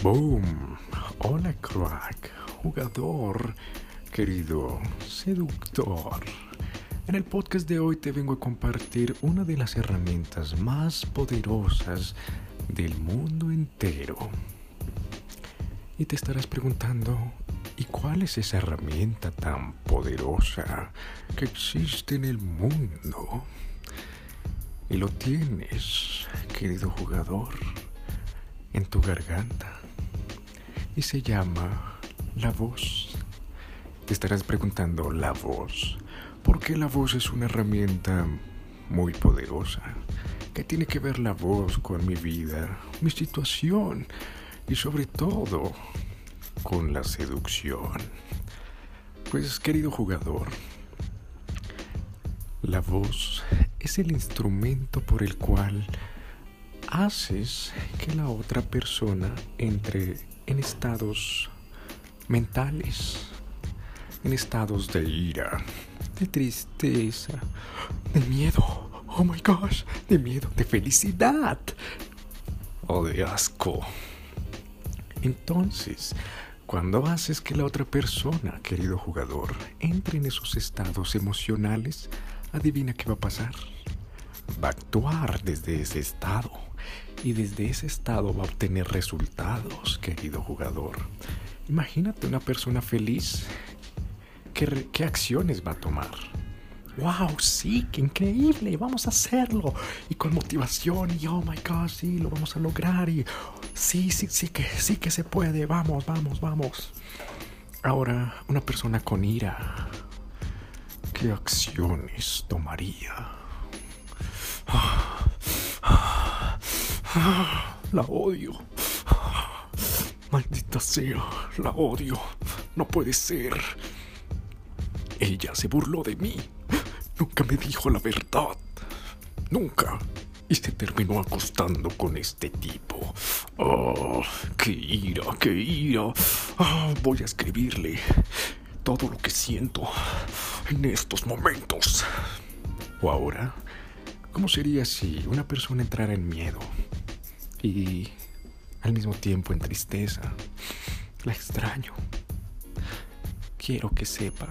Boom. Hola, crack, jugador, querido seductor. En el podcast de hoy te vengo a compartir una de las herramientas más poderosas del mundo entero. Y te estarás preguntando, ¿y cuál es esa herramienta tan poderosa que existe en el mundo? Y lo tienes, querido jugador, en tu garganta. Y se llama la voz. Te estarás preguntando, ¿la voz? Porque la voz es una herramienta muy poderosa. ¿Qué tiene que ver la voz con mi vida, mi situación y sobre todo con la seducción? Pues, querido jugador, la voz es el instrumento por el cual haces que la otra persona entre en estados mentales, en estados de ira, de tristeza, de miedo, oh my gosh, de miedo, de felicidad o de asco. Entonces, cuando haces que la otra persona, querido jugador, entre en esos estados emocionales, adivina qué va a pasar. Va a actuar desde ese estado y desde ese estado va a obtener resultados, querido jugador. Imagínate una persona feliz. ¿Qué acciones va a tomar? ¡Wow! Sí, qué increíble, vamos a hacerlo. Y con motivación y oh my God, sí, lo vamos a lograr. Y sí que se puede, vamos. Ahora, una persona con ira, ¿qué acciones tomaría? La odio. Maldita sea, la odio. No puede ser. Ella se burló de mí. Nunca me dijo la verdad. Nunca. Y se terminó acostando con este tipo. ¡Oh, qué ira, qué ira! Oh, voy a escribirle todo lo que siento en estos momentos. O ahora, ¿cómo sería si una persona entrara en miedo y al mismo tiempo en tristeza? La extraño. Quiero que sepa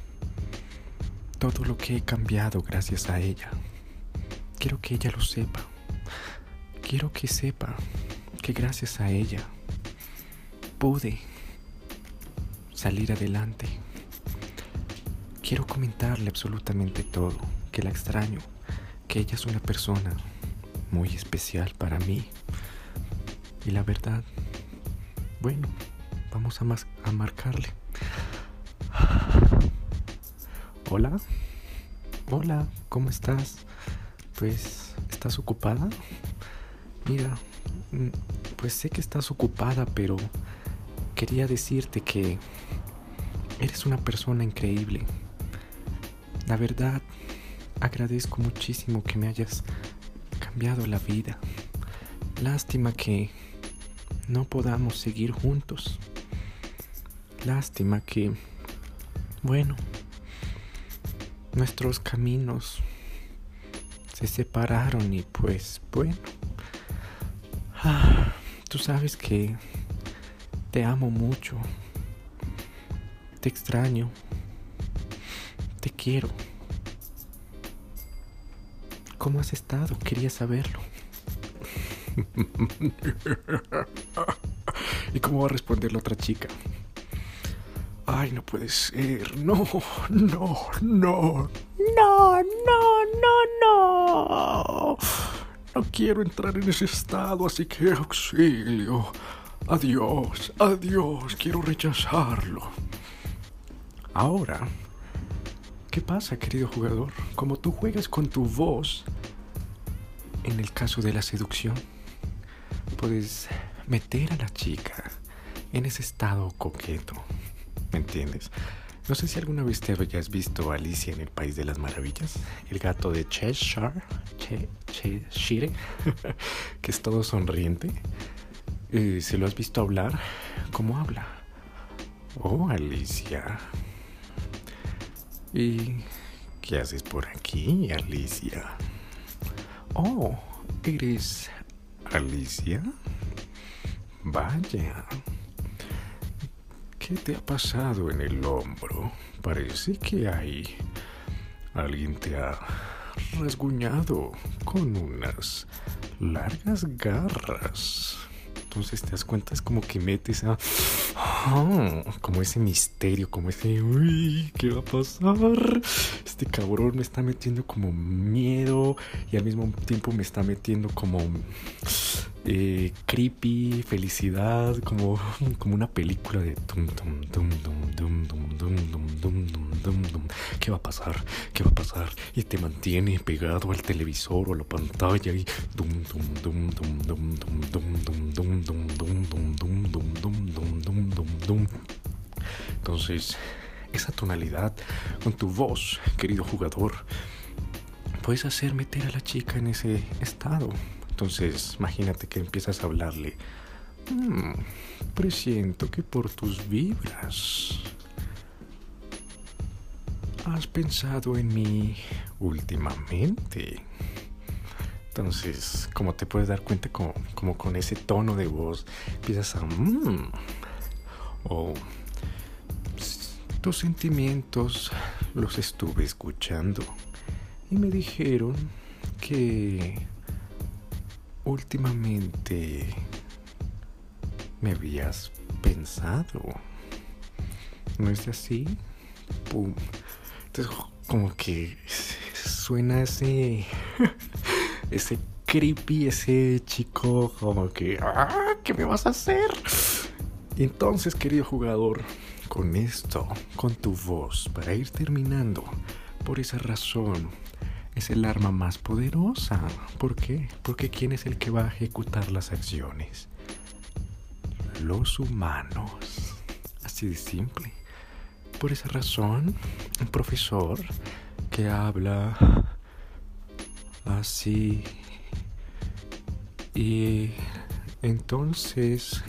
todo lo que he cambiado gracias a ella. Quiero que ella lo sepa. Quiero que sepa que gracias a ella pude salir adelante. Quiero comentarle absolutamente todo, que la extraño, que ella es una persona muy especial para mí. Y la verdad, bueno, vamos a marcarle. Hola, ¿cómo estás? Pues, ¿estás ocupada? Mira, pues sé que estás ocupada, pero quería decirte que eres una persona increíble. La verdad, agradezco muchísimo que me hayas cambiado la vida. Lástima que no podamos seguir juntos. Lástima que, bueno, nuestros caminos se separaron y pues, bueno, tú sabes que te amo mucho, te extraño, te quiero. ¿Cómo has estado? Quería saberlo. ¿Y cómo va a responder la otra chica? Ay, no puede ser. No. No quiero entrar en ese estado, así que auxilio. Adiós. Quiero rechazarlo. Ahora, ¿qué pasa, querido jugador? Como tú juegas con tu voz, en el caso de la seducción, puedes meter a la chica en ese estado coqueto. ¿Me entiendes? No sé si alguna vez te hayas visto a Alicia en el País de las Maravillas, el gato de Cheshire, que es todo sonriente. ¿Se lo has visto hablar? ¿Cómo habla? Oh, Alicia. ¿Y qué haces por aquí, Alicia? Oh, ¿eres Alicia? Vaya, ¿qué te ha pasado en el hombro? Parece que alguien te ha rasguñado con unas largas garras. Entonces te das cuenta, es como que metes como ese misterio, como ese, uy, ¿qué va a pasar? Este cabrón me está metiendo como miedo y al mismo tiempo me está metiendo como creepy, felicidad, como una película de ¿qué va a pasar? ¿Qué va a pasar? Y te mantiene pegado al televisor o a la pantalla y entonces, esa tonalidad con tu voz, querido jugador, puedes hacer meter a la chica en ese estado. Entonces, imagínate que empiezas a hablarle. Presiento que por tus vibras has pensado en mí últimamente. Entonces, como te puedes dar cuenta, como con ese tono de voz, empiezas a... tus sentimientos los estuve escuchando y me dijeron que últimamente me habías pensado. ¿No es así? Pum. Entonces como que suena ese creepy, ese chico como que ¿qué me vas a hacer? Y entonces, querido jugador, con esto, con tu voz, para ir terminando, por esa razón es el arma más poderosa. ¿Por qué? Porque ¿quién es el que va a ejecutar las acciones? Los humanos. Así de simple. Por esa razón, un profesor que habla así y entonces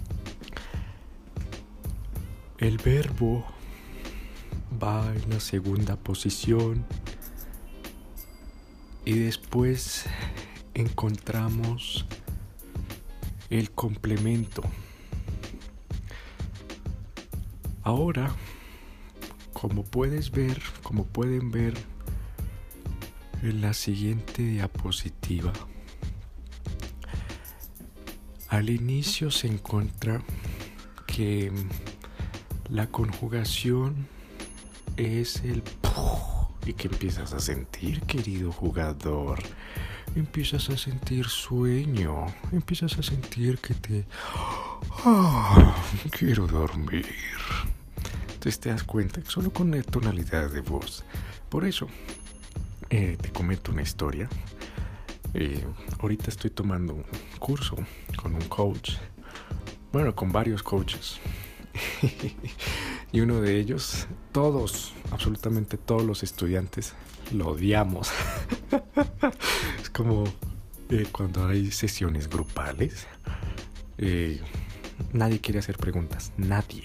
el verbo va en la segunda posición y después encontramos el complemento. Ahora, como pueden ver en la siguiente diapositiva, al inicio se encuentra que la conjugación es el y que empiezas a sentir, querido jugador. Empiezas a sentir sueño, empiezas a sentir que quiero dormir. Entonces te das cuenta que solo con la tonalidad de voz. Por eso te comento una historia. Ahorita estoy tomando un curso con un coach, bueno, con varios coaches. Y uno de ellos, absolutamente todos los estudiantes lo odiamos. Es como cuando hay sesiones grupales, nadie quiere hacer preguntas, nadie.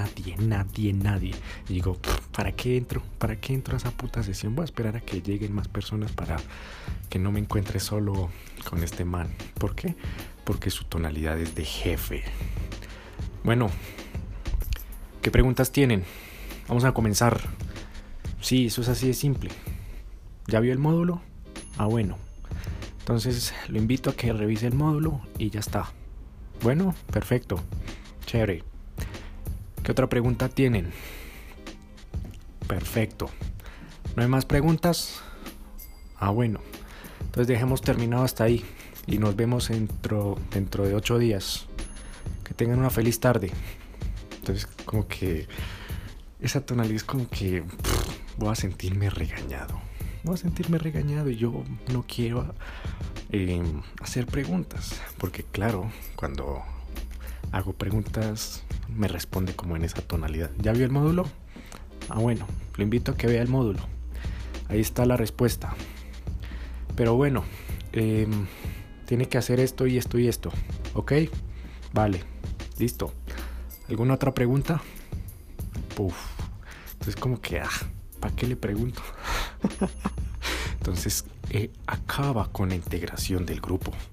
Y digo, ¿para qué entro? ¿Para qué entro a esa puta sesión? Voy a esperar a que lleguen más personas para que no me encuentre solo con este man. ¿Por qué? Porque su tonalidad es de jefe. Bueno, ¿qué preguntas tienen? Vamos a comenzar. Sí, eso es así de simple. ¿Ya vio el módulo? Bueno. Entonces lo invito a que revise el módulo y ya está. Bueno, perfecto. Chévere. ¿Qué otra pregunta tienen? Perfecto. ¿No hay más preguntas? Bueno. Entonces dejemos terminado hasta ahí. Y nos vemos dentro de 8 días. Que tengan una feliz tarde. Entonces como que esa tonalidad es como que voy a sentirme regañado y yo no quiero hacer preguntas, porque claro, cuando hago preguntas me responde como en esa tonalidad. ¿Ya vio el módulo? Bueno, lo invito a que vea el módulo, ahí está la respuesta. Pero bueno, tiene que hacer esto y esto y esto, ¿ok? Vale, listo. ¿Alguna otra pregunta? Entonces como que ¿para qué le pregunto? Entonces acaba con la integración del grupo.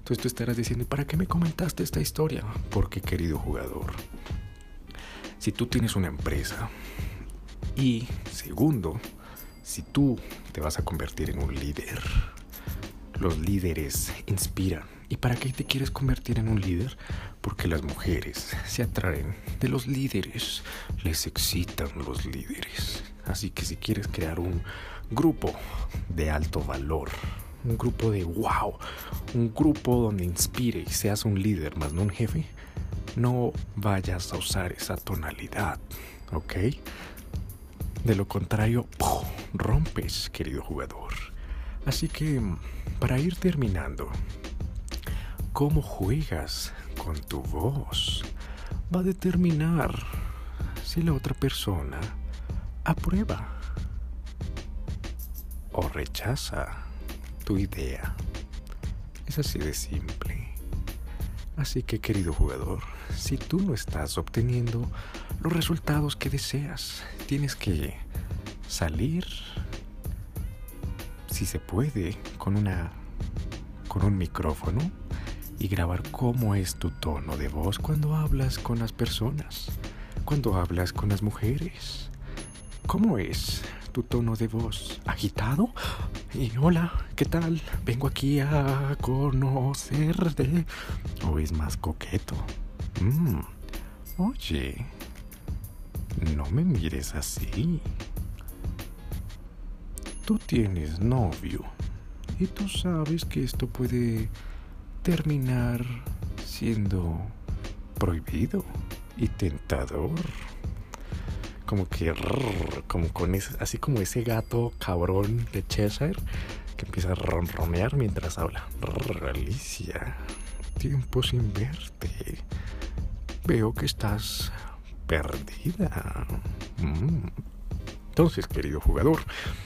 Entonces tú estarás diciendo, ¿y para qué me comentaste esta historia? Porque, querido jugador, si tú tienes una empresa y, segundo, si tú te vas a convertir en un líder, los líderes inspiran. ¿Y para qué te quieres convertir en un líder? Porque las mujeres se atraen de los líderes, les excitan los líderes. Así que si quieres crear un grupo de alto valor, un grupo de wow, un grupo donde inspire y seas un líder más no un jefe, no vayas a usar esa tonalidad, ¿ok? De lo contrario, rompes, querido jugador. Así que, para ir terminando, cómo juegas con tu voz va a determinar si la otra persona aprueba o rechaza tu idea. Es así de simple. Así que, querido jugador, si tú no estás obteniendo los resultados que deseas, tienes que salir, si se puede, con un micrófono y grabar cómo es tu tono de voz cuando hablas con las personas, cuando hablas con las mujeres. ¿Cómo es tu tono de voz? ¿Agitado? Y hola, ¿qué tal? Vengo aquí a conocerte. ¿O es más coqueto? Oye, no me mires así. Tú tienes novio y tú sabes que esto puede terminar siendo prohibido y tentador. Como que como con así como ese gato cabrón de Cheshire que empieza a ronronear mientras habla. Alicia, tiempo sin verte. Veo que estás perdida. Entonces, querido jugador,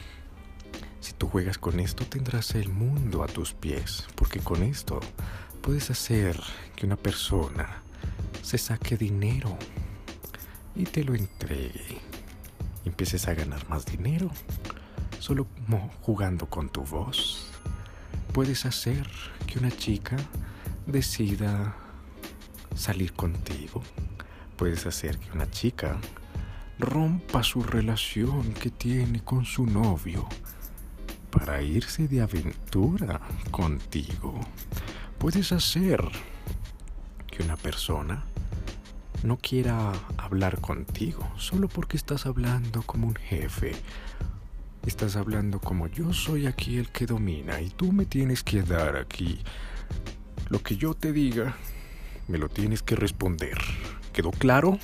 si tú juegas con esto, tendrás el mundo a tus pies, porque con esto puedes hacer que una persona se saque dinero y te lo entregue y empieces a ganar más dinero solo jugando con tu voz. Puedes hacer que una chica decida salir contigo. Puedes hacer que una chica rompa su relación que tiene con su novio para irse de aventura contigo. Puedes hacer que una persona no quiera hablar contigo solo porque estás hablando como un jefe. Estás hablando como yo soy aquí el que domina y tú me tienes que dar aquí lo que yo te diga, me lo tienes que responder. ¿Quedó claro?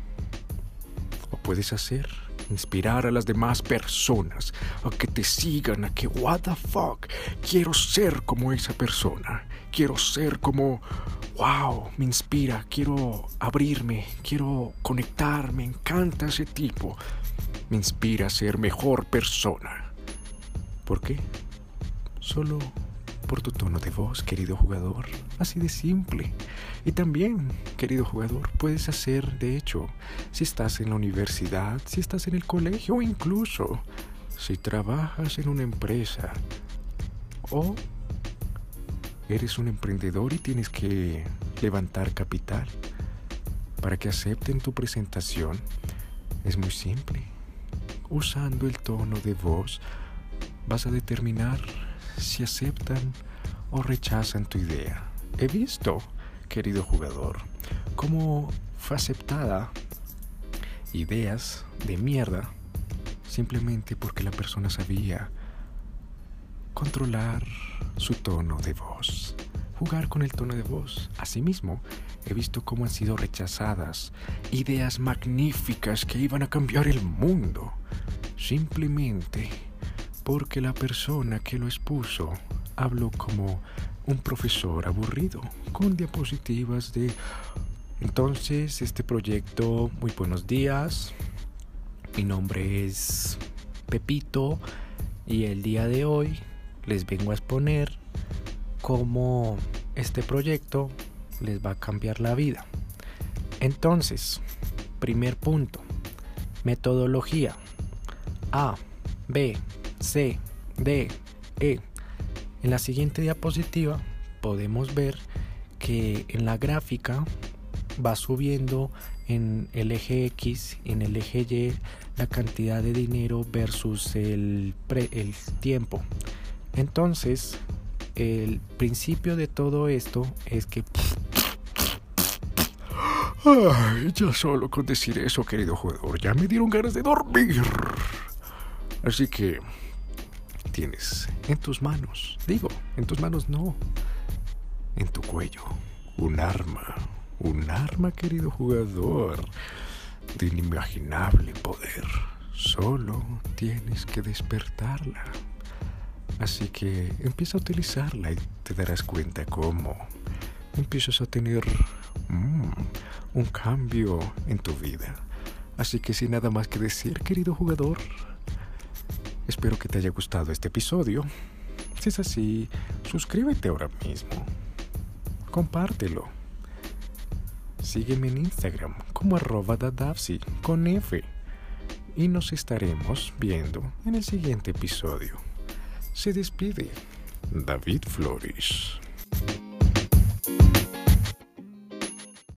O puedes inspirar a las demás personas a que te sigan, a que what the fuck, quiero ser como esa persona, quiero ser como wow, me inspira, quiero abrirme, quiero conectar, me encanta ese tipo, me inspira a ser mejor persona. ¿Por qué? Solo por tu tono de voz, querido jugador, así de simple. Y también, querido jugador, puedes hacer, de hecho, si estás en la universidad, si estás en el colegio o incluso si trabajas en una empresa o eres un emprendedor y tienes que levantar capital para que acepten tu presentación, es muy simple. Usando el tono de voz vas a determinar si aceptan o rechazan tu idea. He visto, querido jugador, cómo fue aceptada ideas de mierda simplemente porque la persona sabía controlar su tono de voz, jugar con el tono de voz. Asimismo, he visto cómo han sido rechazadas ideas magníficas que iban a cambiar el mundo, simplemente porque la persona que lo expuso habló como un profesor aburrido, con diapositivas de entonces este proyecto, muy buenos días, mi nombre es Pepito y el día de hoy les vengo a exponer cómo este proyecto les va a cambiar la vida. Entonces, primer punto, metodología A, B, C, D, E. En la siguiente diapositiva podemos ver que en la gráfica va subiendo en el eje X, en el eje Y, la cantidad de dinero versus el tiempo. Entonces, el principio de todo esto es que... Ay, ya solo con decir eso, querido jugador, ya me dieron ganas de dormir. Así que tienes en tus manos, en tus manos no, en tu cuello, un arma, querido jugador, de inimaginable poder. Solo tienes que despertarla. Así que empieza a utilizarla y te darás cuenta cómo empiezas a tener un cambio en tu vida. Así que sin nada más que decir, querido jugador, espero que te haya gustado este episodio. Si es así, suscríbete ahora mismo. Compártelo. Sígueme en Instagram como @dadavsi con F. Y nos estaremos viendo en el siguiente episodio. Se despide David Flores.